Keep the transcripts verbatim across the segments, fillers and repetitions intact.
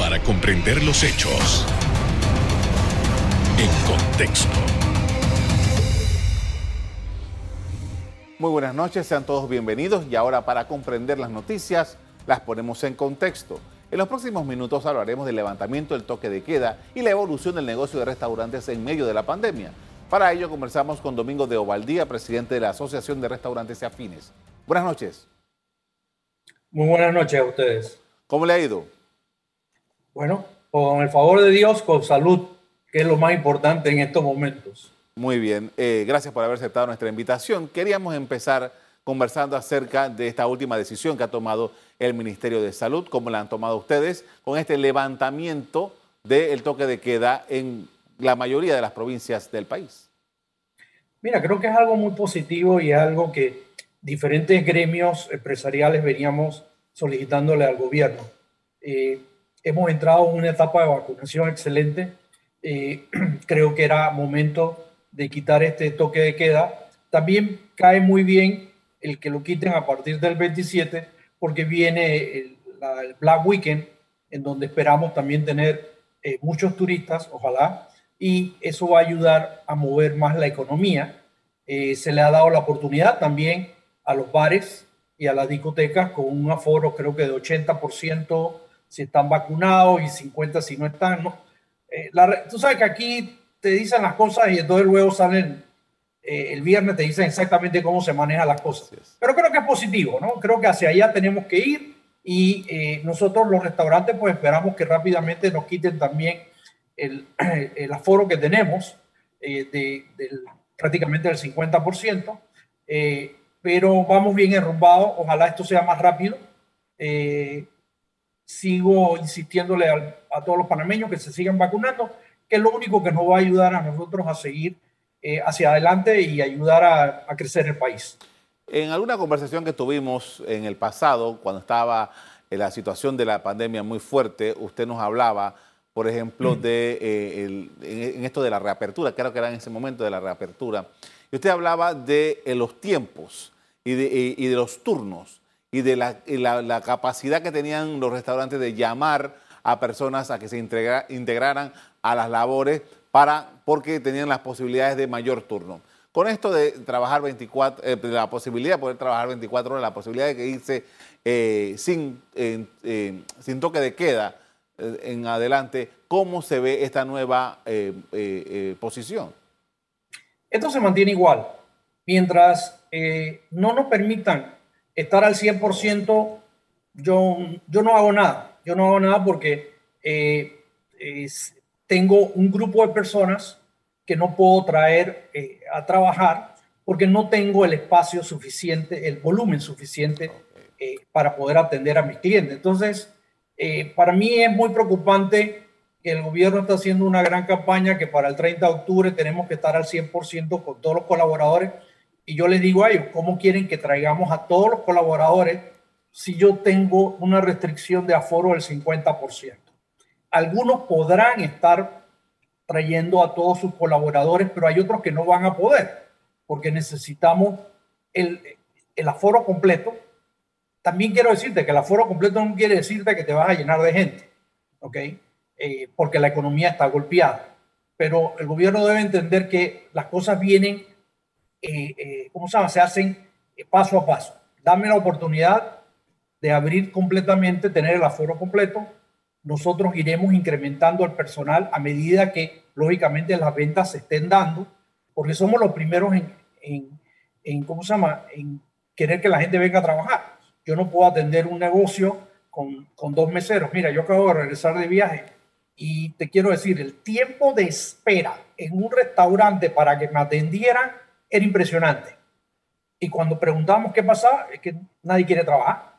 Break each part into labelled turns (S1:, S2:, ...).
S1: para comprender los hechos en contexto.
S2: Muy buenas noches, sean todos bienvenidos y ahora para comprender las noticias las ponemos en contexto. En los próximos minutos hablaremos del levantamiento del toque de queda y la evolución del negocio de restaurantes en medio de la pandemia. Para ello conversamos con Domingo de Ovaldía, presidente de la Asociación de Restaurantes y Afines. Buenas noches.
S3: Muy buenas noches a ustedes.
S2: ¿Cómo le ha ido?
S3: Bueno, con el favor de Dios, con salud, que es lo más importante en estos momentos.
S2: Muy bien, eh, gracias por haber aceptado nuestra invitación. Queríamos empezar conversando acerca de esta última decisión que ha tomado el Ministerio de Salud, cómo la han tomado ustedes con este levantamiento del toque de queda en la mayoría de las provincias del país.
S3: Mira, creo que es algo muy positivo y es algo que diferentes gremios empresariales veníamos solicitándole al gobierno. Eh, hemos entrado en una etapa de vacunación excelente. Eh, creo que era momento de quitar este toque de queda. También cae muy bien el que lo quiten a partir del veintisiete, porque viene el, la, el Black Weekend, en donde esperamos también tener eh, muchos turistas, ojalá, y eso va a ayudar a mover más la economía. Eh, se le ha dado la oportunidad también a los bares y a las discotecas con un aforo creo que de ochenta por ciento si están vacunados y cincuenta por ciento si no están, ¿no? Eh, la, tú sabes que aquí te dicen las cosas y entonces luego salen, eh, el viernes te dicen exactamente cómo se manejan las cosas. Pero creo que es positivo, ¿no? Creo que hacia allá tenemos que ir y eh, nosotros los restaurantes pues esperamos que rápidamente nos quiten también el, el aforo que tenemos, eh, de, del, prácticamente del cincuenta por ciento, eh, pero vamos bien enrumbados, ojalá esto sea más rápido. Eh, sigo insistiéndole a, a todos los panameños que se sigan vacunando, que es lo único que nos va a ayudar a nosotros a seguir eh, hacia adelante y ayudar a, a crecer el país.
S2: En alguna conversación que tuvimos en el pasado, cuando estaba en la situación de la pandemia muy fuerte, usted nos hablaba, por ejemplo, de eh, el, en, en esto de la reapertura, creo que era en ese momento de la reapertura, y usted hablaba de eh, los tiempos y de, y, y de los turnos y de la, y la, la capacidad que tenían los restaurantes de llamar a personas a que se integra, integraran a las labores para, porque tenían las posibilidades de mayor turno. Con esto de trabajar veinticuatro, eh, la posibilidad de poder trabajar veinticuatro horas, la posibilidad de que irse eh, sin, eh, eh, sin toque de queda eh, en adelante, ¿cómo se ve esta nueva eh, eh, eh, posición?
S3: Esto se mantiene igual. Mientras eh, no nos permitan estar al cien por ciento, yo, yo no hago nada. Yo no hago nada porque eh, es, tengo un grupo de personas que no puedo traer eh, a trabajar porque no tengo el espacio suficiente, el volumen suficiente eh, para poder atender a mis clientes. Entonces, eh, para mí es muy preocupante que el gobierno está haciendo una gran campaña que para el treinta de octubre tenemos que estar al cien por ciento con todos los colaboradores. Y yo les digo a ellos, ¿cómo quieren que traigamos a todos los colaboradores si yo tengo una restricción de aforo del cincuenta por ciento? Algunos podrán estar trayendo a todos sus colaboradores, pero hay otros que no van a poder, porque necesitamos el, el aforo completo. También quiero decirte que el aforo completo no quiere decirte que te vas a llenar de gente, ¿ok? Eh, porque la economía está golpeada. Pero el gobierno debe entender que las cosas vienen, eh, eh, ¿cómo se llama? Se hacen paso a paso. Dame la oportunidad de abrir completamente, tener el aforo completo. Nosotros iremos incrementando el personal a medida que, lógicamente, las ventas se estén dando, porque somos los primeros en, en, en ¿cómo se llama?, en querer que la gente venga a trabajar. Yo no puedo atender un negocio con, con dos meseros. Mira, yo acabo de regresar de viaje y te quiero decir, el tiempo de espera en un restaurante para que me atendieran era impresionante. Y cuando preguntábamos qué pasaba, es que nadie quiere trabajar.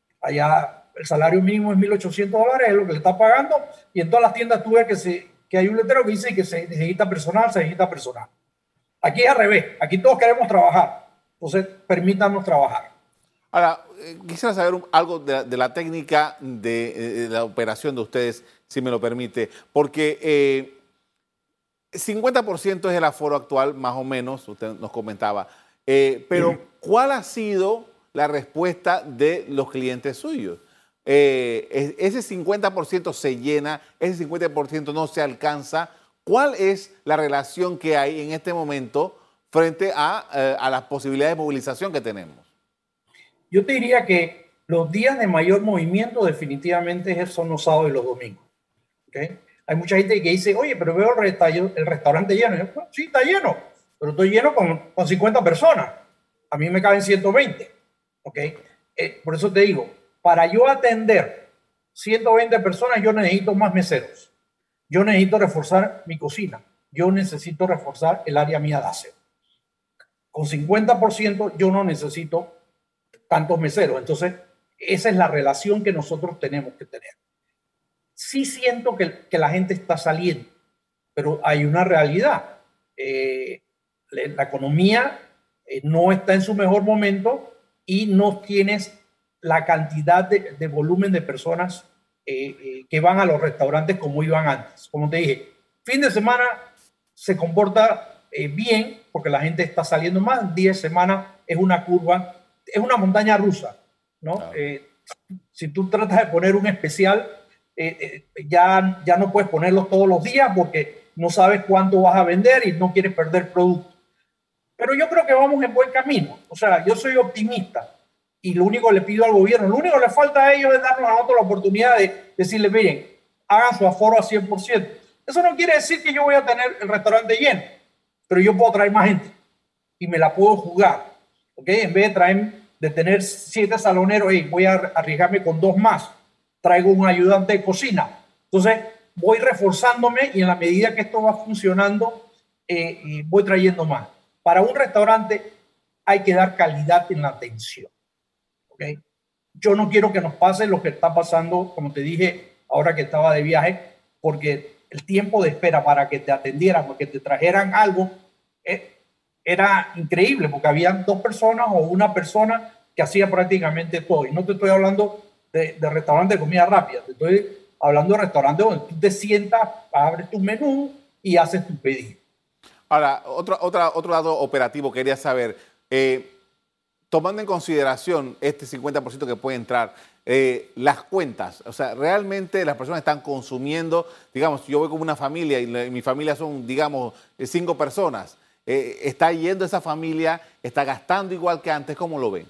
S3: Allá el salario mínimo es mil ochocientos dólares, es lo que le está pagando, y en todas las tiendas tú ves que, se, que hay un letrero que dice que se necesita personal, se necesita personal. Aquí es al revés, aquí todos queremos trabajar, entonces permítanos trabajar.
S2: Ahora, eh, quisiera saber un, algo de la, de la técnica de, de la operación de ustedes, si me lo permite, porque eh, cincuenta por ciento es el aforo actual, más o menos, usted nos comentaba, eh, pero ¿cuál ha sido la respuesta de los clientes suyos? eh, ese cincuenta por ciento se llena, ese cincuenta por ciento no se alcanza. ¿Cuál es la relación que hay en este momento frente a, eh, a las posibilidades de movilización que tenemos?
S3: Yo te diría que los días de mayor movimiento definitivamente son los sábados y los domingos. ¿Okay? Hay mucha gente que dice, oye, pero veo el, resta el restaurante lleno. Yo, bueno, sí, está lleno, pero estoy lleno con, con cincuenta personas. A mí me caben ciento veinte. ¿Okay? Eh, por eso te digo, para yo atender ciento veinte personas, yo necesito más meseros. Yo necesito reforzar mi cocina. Yo necesito reforzar el área mía de aseo. Con cincuenta por ciento yo no necesito tantos meseros. Entonces, esa es la relación que nosotros tenemos que tener. Sí siento que, que la gente está saliendo, pero hay una realidad. Eh, la economía eh, no está en su mejor momento y no tienes la cantidad de, de volumen de personas eh, eh, que van a los restaurantes como iban antes. Como te dije, fin de semana se comporta eh, bien porque la gente está saliendo más. diez semanas es una curva, es una montaña rusa, ¿no? Claro. Eh, si tú tratas de poner un especial, eh, eh, ya, ya no puedes ponerlos todos los días porque no sabes cuánto vas a vender y no quieres perder producto. Pero yo creo que vamos en buen camino. O sea, yo soy optimista y lo único que le pido al gobierno, lo único que le falta a ellos es darnos a nosotros la oportunidad de decirle, miren, hagan su aforo a cien por ciento. Eso no quiere decir que yo voy a tener el restaurante lleno, pero yo puedo traer más gente y me la puedo jugar. ¿Okay? En vez de traer, de tener siete saloneros, hey, voy a arriesgarme con dos más. Traigo un ayudante de cocina. Entonces, voy reforzándome y en la medida que esto va funcionando, eh, voy trayendo más. Para un restaurante hay que dar calidad en la atención. ¿Okay? Yo no quiero que nos pase lo que está pasando, como te dije, ahora que estaba de viaje, porque el tiempo de espera para que te atendieran, para que te trajeran algo, eh, era increíble, porque habían dos personas o una persona que hacía prácticamente todo. Y no te estoy hablando de, de restaurantes de comida rápida, te estoy hablando de restaurantes donde tú te sientas, abres tu menú y haces tu pedido.
S2: Ahora, otro, otra, otro lado operativo, quería saber, eh, tomando en consideración este cincuenta por ciento que puede entrar, eh, las cuentas, o sea, realmente las personas están consumiendo, digamos, yo voy con una familia y, la, y mi familia son, digamos, cinco personas, eh, ¿está yendo esa familia, está gastando igual que antes? ¿Cómo lo ven?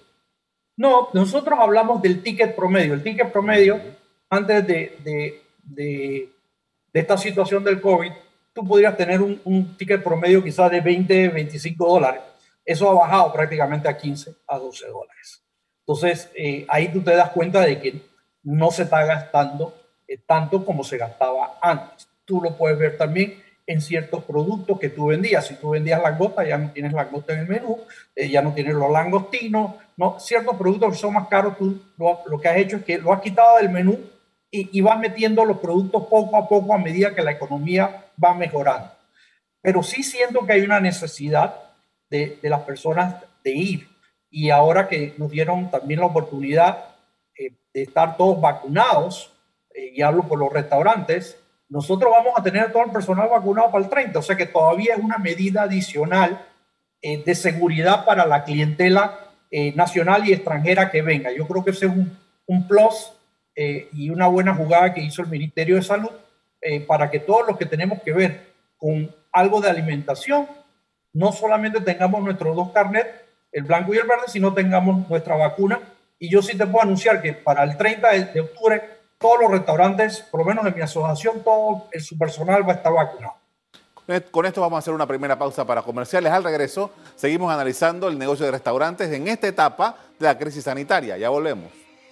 S3: No, nosotros hablamos del ticket promedio. El ticket promedio, uh-huh. antes de, de, de, de esta situación del COVID, tú podrías tener un, un ticket promedio quizás de veinte, veinticinco dólares. Eso ha bajado prácticamente a quince, a doce dólares. Entonces, eh, ahí tú te das cuenta de que no se está gastando eh, tanto como se gastaba antes. Tú lo puedes ver también en ciertos productos que tú vendías. Si tú vendías langosta, ya no tienes langosta en el menú, eh, ya no tienes los langostinos, ¿no? Ciertos productos que son más caros, tú lo, lo que has hecho es que lo has quitado del menú y, y vas metiendo los productos poco a poco a medida que la economía va mejorando. Pero sí siento que hay una necesidad de, de las personas de ir. Y ahora que nos dieron también la oportunidad eh, de estar todos vacunados, eh, y hablo por los restaurantes, nosotros vamos a tener todo el personal vacunado para el treinta, o sea que todavía es una medida adicional eh, de seguridad para la clientela eh, nacional y extranjera que venga. Yo creo que ese es un, un plus eh, y una buena jugada que hizo el Ministerio de Salud eh, para que todos los que tenemos que ver con algo de alimentación, no solamente tengamos nuestros dos carnets, el blanco y el verde, sino tengamos nuestra vacuna. Y yo sí te puedo anunciar que para el treinta de octubre todos los restaurantes, por lo menos de mi asociación, todo el, su personal va a estar vacunado.
S2: Con esto vamos a hacer una primera pausa para comerciales. Al regreso, seguimos analizando el negocio de restaurantes en esta etapa de la crisis sanitaria. Ya volvemos.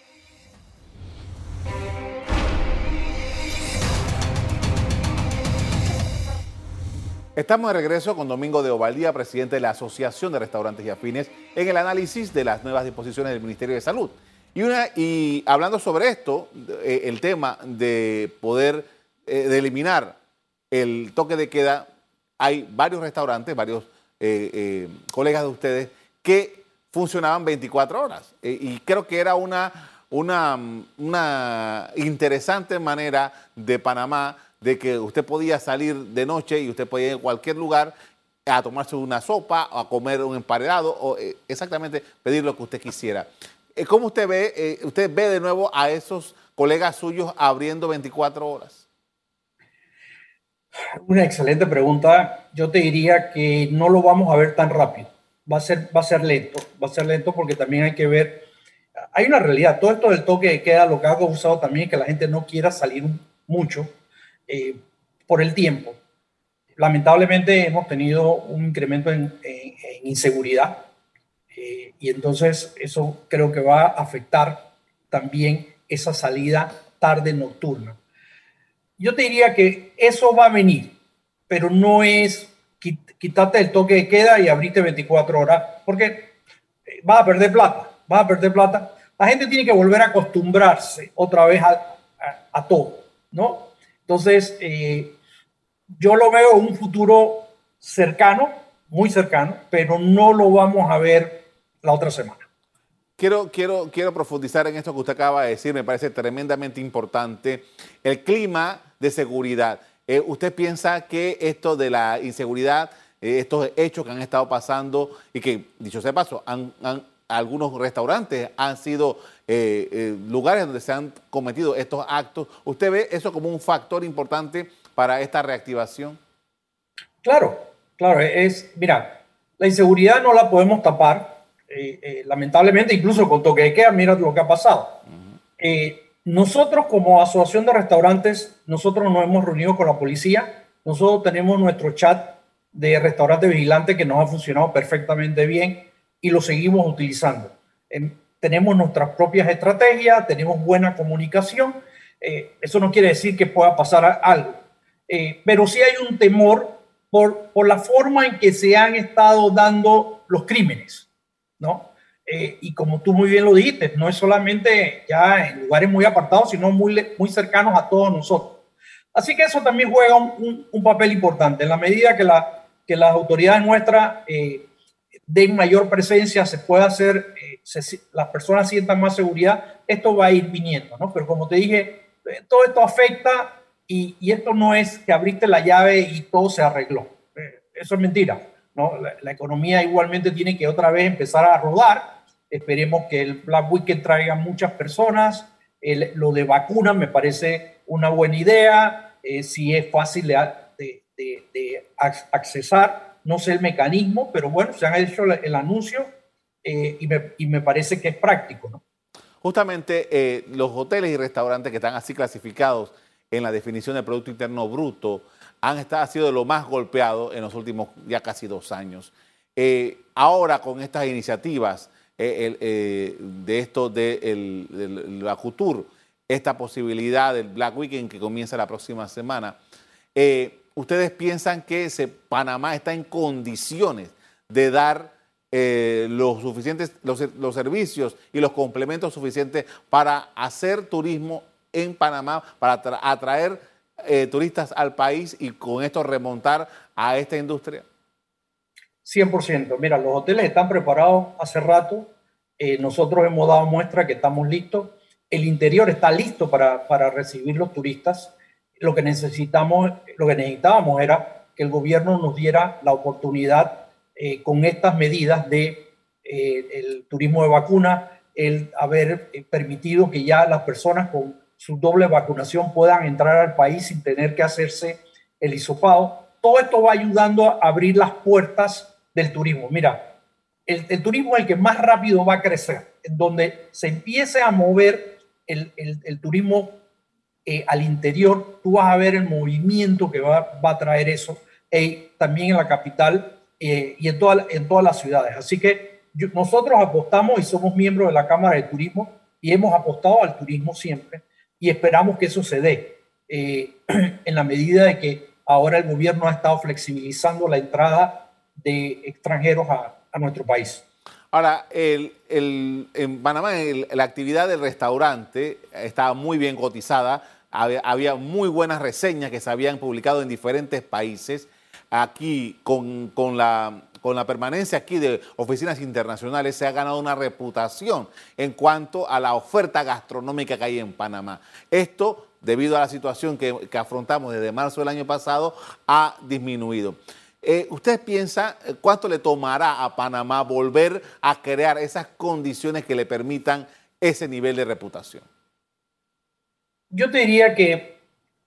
S2: Estamos de regreso con Domingo de Ovaldía, presidente de la Asociación de Restaurantes y Afines, en el análisis de las nuevas disposiciones del Ministerio de Salud. Y, una, y hablando sobre esto, eh, el tema de poder eh, de eliminar el toque de queda, hay varios restaurantes, varios eh, eh, colegas de ustedes que funcionaban veinticuatro horas. Eh, y creo que era una, una, una interesante manera de Panamá de que usted podía salir de noche y usted podía ir a cualquier lugar a tomarse una sopa o a comer un emparedado o eh, exactamente pedir lo que usted quisiera. ¿cómo usted ve, eh, usted ve de nuevo a esos colegas suyos abriendo veinticuatro horas?
S3: Una excelente pregunta. Yo te diría que no lo vamos a ver tan rápido. Va a ser, va a ser lento, va a ser lento porque también hay que ver, hay una realidad. Todo esto del toque de queda lo que ha causado también es que la gente no quiera salir mucho eh, por el tiempo. Lamentablemente hemos tenido un incremento en, en, en inseguridad eh, y entonces eso creo que va a afectar también esa salida tarde nocturna. Yo te diría que eso va a venir, pero no es quitarte el toque de queda y abrirte veinticuatro horas, porque vas a perder plata, vas a perder plata. La gente tiene que volver a acostumbrarse otra vez a, a, a todo, ¿no? Entonces, eh, yo lo veo en un futuro cercano, muy cercano, pero no lo vamos a ver la otra semana.
S2: Quiero, quiero, quiero profundizar en esto que usted acaba de decir, me parece tremendamente importante. El clima de seguridad. Eh, ¿Usted piensa que esto de la inseguridad, eh, estos hechos que han estado pasando y que, dicho sea de paso, han, han, algunos restaurantes han sido eh, eh, lugares donde se han cometido estos actos, ¿usted ve eso como un factor importante para esta reactivación?
S3: Claro, claro. Es, mira, la inseguridad no la podemos tapar. Eh, eh, lamentablemente, incluso con toque de queda, mira lo que ha pasado. Uh-huh. eh, nosotros como asociación de restaurantes, nosotros nos hemos reunido con la policía, nosotros tenemos nuestro chat de restaurante vigilante que nos ha funcionado perfectamente bien y lo seguimos utilizando. Eh, tenemos nuestras propias estrategias, tenemos buena comunicación, eh, eso no quiere decir que pueda pasar algo, eh, pero sí hay un temor por, por la forma en que se han estado dando los crímenes, ¿no? Eh, y como tú muy bien lo dijiste, no es solamente ya en lugares muy apartados, sino muy, muy cercanos a todos nosotros. Así que eso también juega un, un, un papel importante. En la medida que, la, que las autoridades nuestras eh, den mayor presencia, se pueda hacer, eh, se, las personas sientan más seguridad, esto va a ir viniendo, ¿no? Pero como te dije, todo esto afecta y, y esto no es que abriste la llave y todo se arregló. Eh, eso es mentira, ¿no? La, la economía igualmente tiene que otra vez empezar a rodar. Esperemos que el Black Weekend traiga muchas personas. El, lo de vacunas me parece una buena idea. Eh, si es fácil de, de, de, de accesar, no sé el mecanismo, pero bueno, se han hecho el, el anuncio eh, y, me, y me parece que es práctico, ¿no?
S2: Justamente eh, los hoteles y restaurantes que están así clasificados en la definición del Producto Interno Bruto han estado, ha sido lo más golpeado en los últimos ya casi dos años. Eh, ahora con estas iniciativas, Eh, el, eh, de esto de, el, de la Couture, esta posibilidad del Black Weekend que comienza la próxima semana, eh, ¿ustedes piensan que se, Panamá está en condiciones de dar eh, los, suficientes, los, los servicios y los complementos suficientes para hacer turismo en Panamá, para atraer eh, turistas al país y con esto remontar a esta industria?
S3: cien por ciento. Mira, los hoteles están preparados hace rato. Eh, nosotros hemos dado muestra que estamos listos. El interior está listo para, para recibir los turistas. Lo que necesitamos, lo que necesitábamos era que el gobierno nos diera la oportunidad eh, con estas medidas de eh, el turismo de vacuna, el haber permitido que ya las personas con su doble vacunación puedan entrar al país sin tener que hacerse el hisopado. Todo esto va ayudando a abrir las puertas del turismo. Mira, el, el turismo es el que más rápido va a crecer, en donde se empiece a mover el, el, el turismo eh, al interior, tú vas a ver el movimiento que va, va a traer eso, eh, también en la capital eh, y en, toda, en todas las ciudades. Así que yo, nosotros apostamos y somos miembros de la Cámara de Turismo y hemos apostado al turismo siempre y esperamos que eso se dé eh, en la medida de que ahora el gobierno ha estado flexibilizando la entrada de extranjeros a, a nuestro país.
S2: Ahora, el, el, en Panamá el, la actividad del restaurante estaba muy bien cotizada, había, había muy buenas reseñas que se habían publicado en diferentes países. Aquí, con, con, la, con la permanencia aquí de oficinas internacionales, se ha ganado una reputación en cuanto a la oferta gastronómica que hay en Panamá. Esto, debido a la situación que, que afrontamos desde marzo del año pasado, ha disminuido. Eh, ¿Usted piensa eh, cuánto le tomará a Panamá volver a crear esas condiciones que le permitan ese nivel de reputación?
S3: Yo te diría que,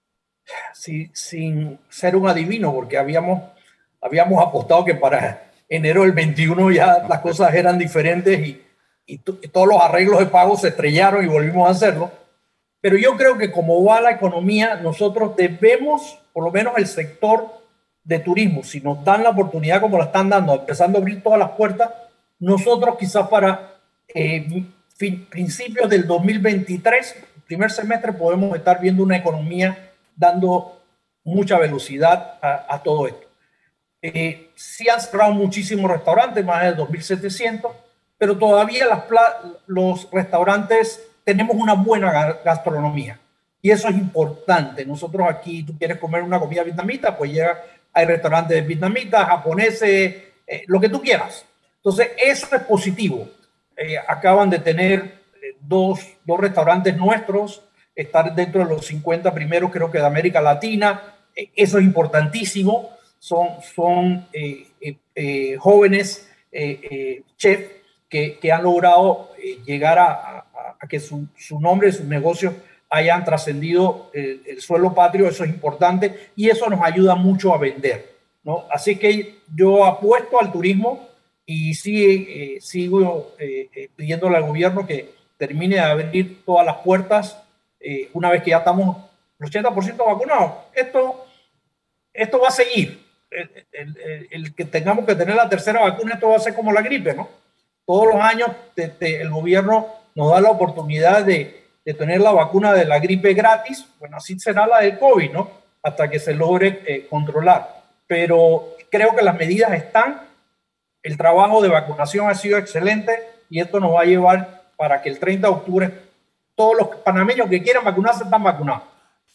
S3: si, sin ser un adivino, porque habíamos, habíamos apostado que para enero del veintiuno ya las cosas eran diferentes y, y, y todos los arreglos de pago se estrellaron y volvimos a hacerlo. Pero yo creo que como va la economía, nosotros debemos, por lo menos el sector de turismo, si nos dan la oportunidad como la están dando, empezando a abrir todas las puertas, nosotros quizás para eh, fin, principios del dos mil veintitrés, primer semestre, podemos estar viendo una economía dando mucha velocidad a, a todo esto. Eh, sí han cerrado muchísimos restaurantes, más de dos mil setecientos, pero todavía las los restaurantes tenemos una buena gastronomía y eso es importante. Nosotros aquí, tú quieres comer una comida vietnamita, pues llega, hay restaurantes vietnamitas, japoneses, eh, lo que tú quieras. Entonces, eso es positivo. Eh, acaban de tener eh, dos, dos restaurantes nuestros, estar dentro de los cincuenta primeros, creo que de América Latina. Eh, eso es importantísimo. Son, son eh, eh, eh, jóvenes eh, eh, chefs que, que han logrado eh, llegar a, a, a que su, su nombre y sus negocios hayan trascendido el, el suelo patrio. Eso es importante y eso nos ayuda mucho a vender, ¿no? Así que yo apuesto al turismo y sí, eh, sigo eh, eh, pidiéndole al gobierno que termine de abrir todas las puertas eh, una vez que ya estamos el ochenta por ciento vacunados. Esto, esto va a seguir. El, el, el, el que tengamos que tener la tercera vacuna, esto va a ser como la gripe, ¿no? Todos los años te, te, el gobierno nos da la oportunidad de, de tener la vacuna de la gripe gratis. Bueno, así será la del COVID, ¿no? Hasta que se logre eh, controlar. Pero creo que las medidas están, el trabajo de vacunación ha sido excelente y esto nos va a llevar para que el treinta de octubre todos los panameños que quieran vacunarse están vacunados.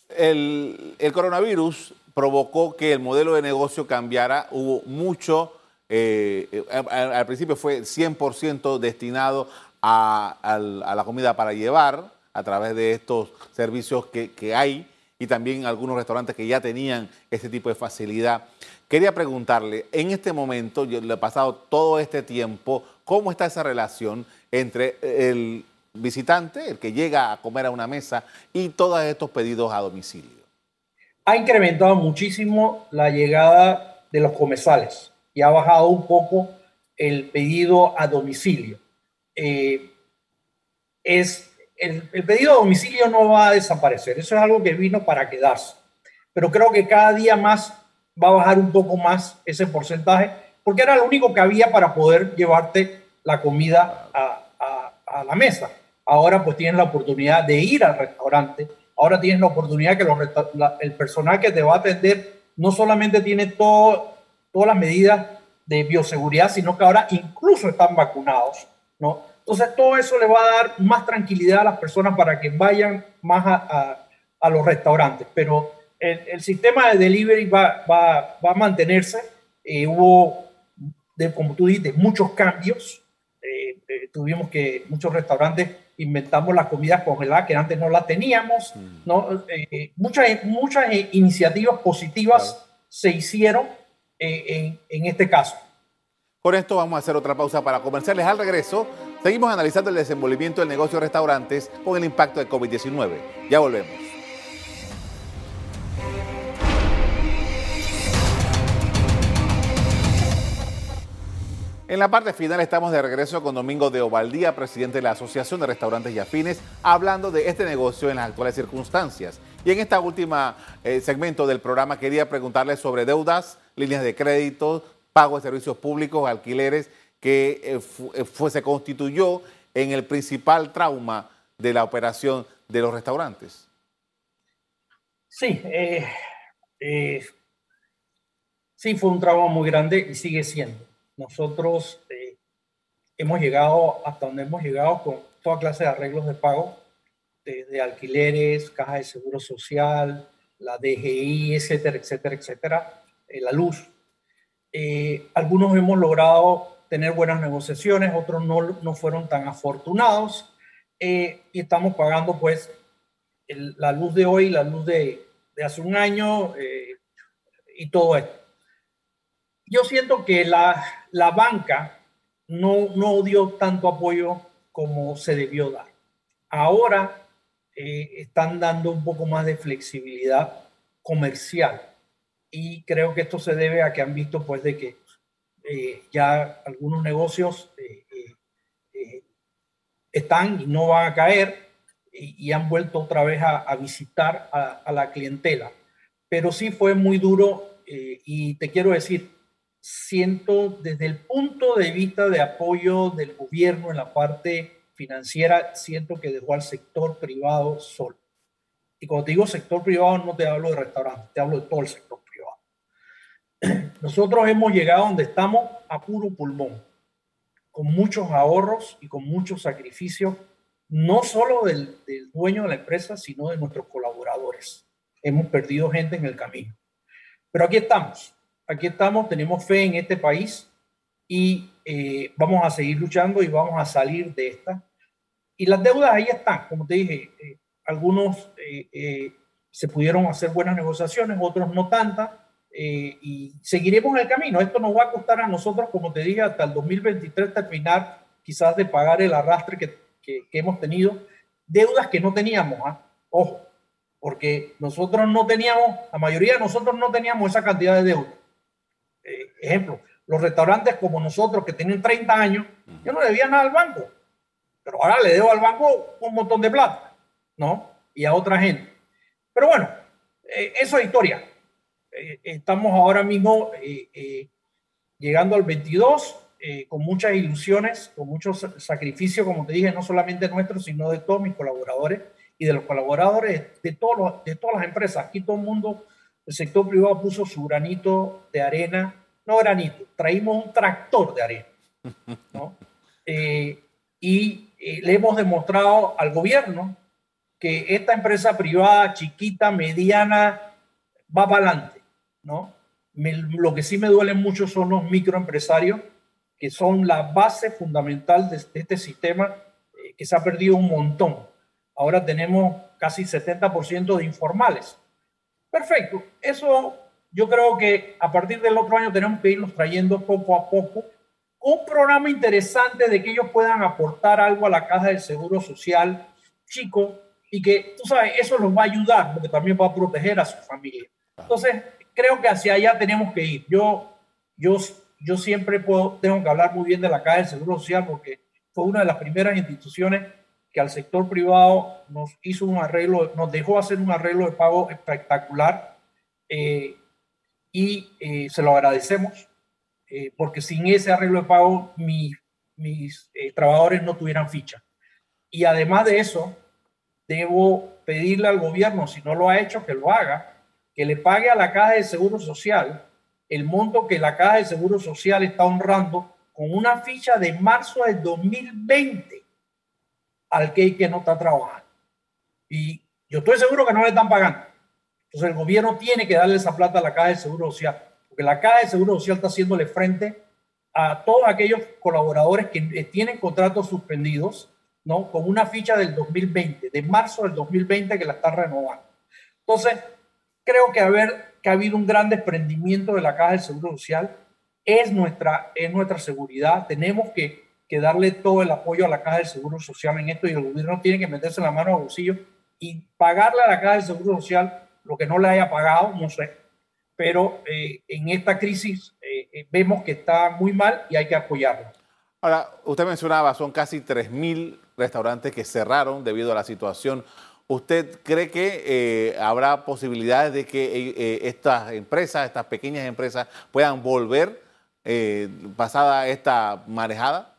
S2: El, el coronavirus provocó que el modelo de negocio cambiara. Hubo mucho, eh, al, al principio fue cien por ciento destinado a, a, a la comida para llevar a través de estos servicios que, que hay y también algunos restaurantes que ya tenían ese tipo de facilidad. Quería preguntarle, en este momento, yo le he pasado todo este tiempo, ¿cómo está esa relación entre el visitante, el que llega a comer a una mesa, y todos estos pedidos a domicilio?
S3: Ha incrementado muchísimo la llegada de los comensales y ha bajado un poco el pedido a domicilio. Eh, es, el, el pedido a domicilio no va a desaparecer, eso es algo que vino para quedarse, pero creo que cada día más va a bajar un poco más ese porcentaje, porque era lo único que había para poder llevarte la comida a, a, a la mesa. Ahora pues tienes la oportunidad de ir al restaurante. Ahora tienes la oportunidad que los, la, el personal que te va a atender no solamente tiene todo, todas las medidas de bioseguridad, sino que ahora incluso están vacunados, ¿no? Entonces todo eso le va a dar más tranquilidad a las personas para que vayan más a, a, a los restaurantes. Pero el, el sistema de delivery va, va, va a mantenerse. Eh, hubo, de, como tú dices, muchos cambios. Eh, eh, tuvimos que muchos restaurantes inventamos las comidas congeladas que antes no las teníamos, ¿no? Eh, muchas, muchas iniciativas positivas claro. se hicieron eh, en, en este caso.
S2: Con esto vamos a hacer otra pausa para comerciales. Al regreso, seguimos analizando el desenvolvimiento del negocio de restaurantes con el impacto de COVID diecinueve. Ya volvemos. En la parte final estamos de regreso con Domingo de Ovaldía, presidente de la Asociación de Restaurantes y Afines, hablando de este negocio en las actuales circunstancias. Y en esta última eh, segmento del programa quería preguntarle sobre deudas, líneas de crédito, pago de servicios públicos, alquileres, que eh, fu fu se constituyó en el principal trauma de la operación de los restaurantes.
S3: Sí, eh, eh, sí fue un trauma muy grande y sigue siendo. Nosotros eh, hemos llegado hasta donde hemos llegado con toda clase de arreglos de pago, de, de alquileres, caja de seguro social, la D G I, etcétera, etcétera, etcétera, eh, la luz. Eh, algunos hemos logrado tener buenas negociaciones, otros no, no fueron tan afortunados eh, y estamos pagando pues el, la luz de hoy, la luz de, de hace un año eh, y todo esto. yo siento que la, la banca no, no dio tanto apoyo como se debió dar. Ahora eh, están dando un poco más de flexibilidad comercial y creo que esto se debe a que han visto pues de que eh, ya algunos negocios eh, eh, eh, están y no van a caer y, y han vuelto otra vez a, a visitar a, a la clientela. Pero sí fue muy duro eh, y te quiero decir, siento desde el punto de vista de apoyo del gobierno en la parte financiera, siento que dejó al sector privado solo. Y cuando te digo sector privado, no te hablo de restaurantes, te hablo de todo el sector privado. Nosotros hemos llegado donde estamos a puro pulmón, con muchos ahorros y con muchos sacrificios, no solo del, del dueño de la empresa, sino de nuestros colaboradores. Hemos perdido gente en el camino. Pero aquí estamos, aquí estamos, tenemos fe en este país y eh, vamos a seguir luchando y vamos a salir de esta. Y las deudas ahí están, como te dije, eh, algunos eh, eh, se pudieron hacer buenas negociaciones, otros no tantas, eh, y seguiremos en el camino. Esto nos va a costar a nosotros, como te dije, hasta el dos mil veintitrés terminar quizás de pagar el arrastre que, que, que hemos tenido, deudas que no teníamos, ¿eh? Ojo, porque nosotros no teníamos, la mayoría de nosotros no teníamos esa cantidad de deuda. Eh, ejemplo, los restaurantes como nosotros que tienen treinta años, yo no le debía nada al banco, pero ahora le debo al banco un montón de plata, ¿no? Y a otra gente. Pero bueno, eh, eso es historia. Eh, estamos ahora mismo eh, eh, llegando al veintidós eh, con muchas ilusiones, con muchos sacrificios, como te dije, no solamente nuestros, sino de todos mis colaboradores y de los colaboradores de, todos los, de todas las empresas. Aquí todo el mundo, el sector privado puso su granito de arena, no granito, traímos un tractor de arena, ¿no? Eh, y eh, le hemos demostrado al gobierno que esta empresa privada, chiquita, mediana, va para adelante, ¿no? Me, lo que sí me duele mucho son los microempresarios, que son la base fundamental de, de este sistema, eh, que se ha perdido un montón. Ahora tenemos casi setenta por ciento de informales. Perfecto. Eso yo creo que a partir del otro año tenemos que irlos trayendo poco a poco. Un programa interesante de que ellos puedan aportar algo a la caja del Seguro Social, chico, y que, tú sabes, eso los va a ayudar porque también va a proteger a su familia. Entonces, creo que hacia allá tenemos que ir. Yo, yo, yo siempre puedo, tengo que hablar muy bien de la caja del Seguro Social porque fue una de las primeras instituciones que al sector privado nos hizo un arreglo, nos dejó hacer un arreglo de pago espectacular eh, y eh, se lo agradecemos eh, porque sin ese arreglo de pago mi, mis eh, trabajadores no tuvieran ficha. Y además de eso, debo pedirle al gobierno, si no lo ha hecho, que lo haga, que le pague a la Caja de Seguro Social el monto que la Caja de Seguro Social está honrando con una ficha de marzo del dos mil veinte. Al que, que no está trabajando. Y yo estoy seguro que no le están pagando. Entonces el gobierno tiene que darle esa plata a la Caja de Seguro Social, porque la Caja de Seguro Social está haciéndole frente a todos aquellos colaboradores que tienen contratos suspendidos, ¿no? Con una ficha del dos mil veinte, de marzo del dos mil veinte que la están renovando. Entonces, creo que, haber, que ha habido un gran desprendimiento de la Caja del Seguro Social. Es nuestra, es nuestra seguridad. Tenemos que que darle todo el apoyo a la Caja del Seguro Social en esto y el gobierno tiene que meterse la mano al bolsillo y pagarle a la Caja del Seguro Social lo que no le haya pagado, no sé, pero eh, en esta crisis eh, eh, vemos que está muy mal y hay que apoyarlo.
S2: Ahora, usted mencionaba, son casi tres mil restaurantes que cerraron debido a la situación. ¿Usted cree que eh, habrá posibilidades de que eh, estas empresas, estas pequeñas empresas puedan volver eh, pasada esta marejada?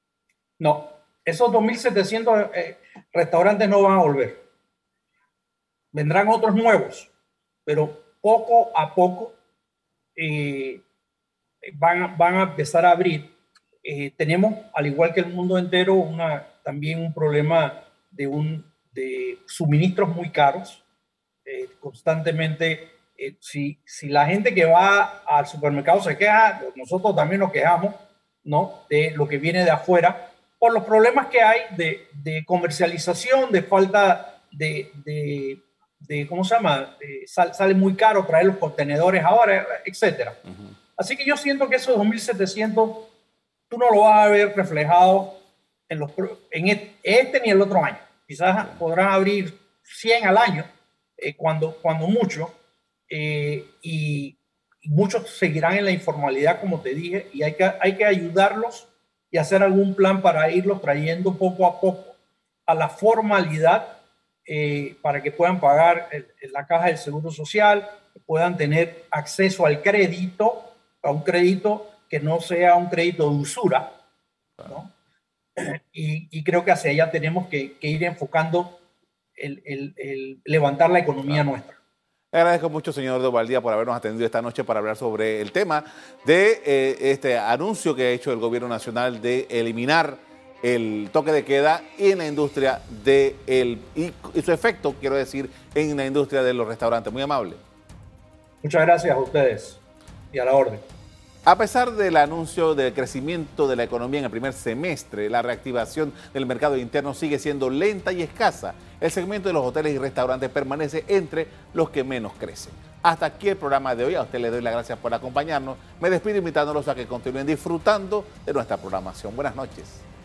S3: No, esos dos mil setecientos eh, restaurantes no van a volver. Vendrán otros nuevos, pero poco a poco eh, van, van a empezar a abrir. Eh, tenemos, al igual que el mundo entero, una, también un problema de, un, de suministros muy caros. Eh, constantemente, eh, si, si la gente que va al supermercado se queja, nosotros también nos quejamos, ¿no? De lo que viene de afuera, por los problemas que hay de, de comercialización, de falta de, de, de ¿cómo se llama? De, sal, sale muy caro traer los contenedores ahora, etcétera. Uh-huh. Así que yo siento que esos dos mil setecientos tú no lo vas a ver reflejado en, los, en este ni el otro año. Quizás podrán abrir cien al año, eh, cuando, cuando mucho, eh, y, y muchos seguirán en la informalidad, como te dije, y hay que, hay que ayudarlos y hacer algún plan para irlos trayendo poco a poco a la formalidad, eh, para que puedan pagar el, la caja del Seguro Social, que puedan tener acceso al crédito, a un crédito que no sea un crédito de usura, ¿no? Y, y creo que hacia allá tenemos que, que ir enfocando el, el, el levantar la economía claro. nuestra.
S2: Le agradezco mucho, señor Dovaldía, por habernos atendido esta noche para hablar sobre el tema de eh, este anuncio que ha hecho el gobierno nacional de eliminar el toque de queda y en la industria de el, y, y su efecto, quiero decir, en la industria de los restaurantes. Muy amable.
S3: Muchas gracias a ustedes y a la orden.
S2: A pesar del anuncio del crecimiento de la economía en el primer semestre, la reactivación del mercado interno sigue siendo lenta y escasa. El segmento de los hoteles y restaurantes permanece entre los que menos crecen. Hasta aquí el programa de hoy. A usted le doy las gracias por acompañarnos. Me despido invitándolos a que continúen disfrutando de nuestra programación. Buenas noches.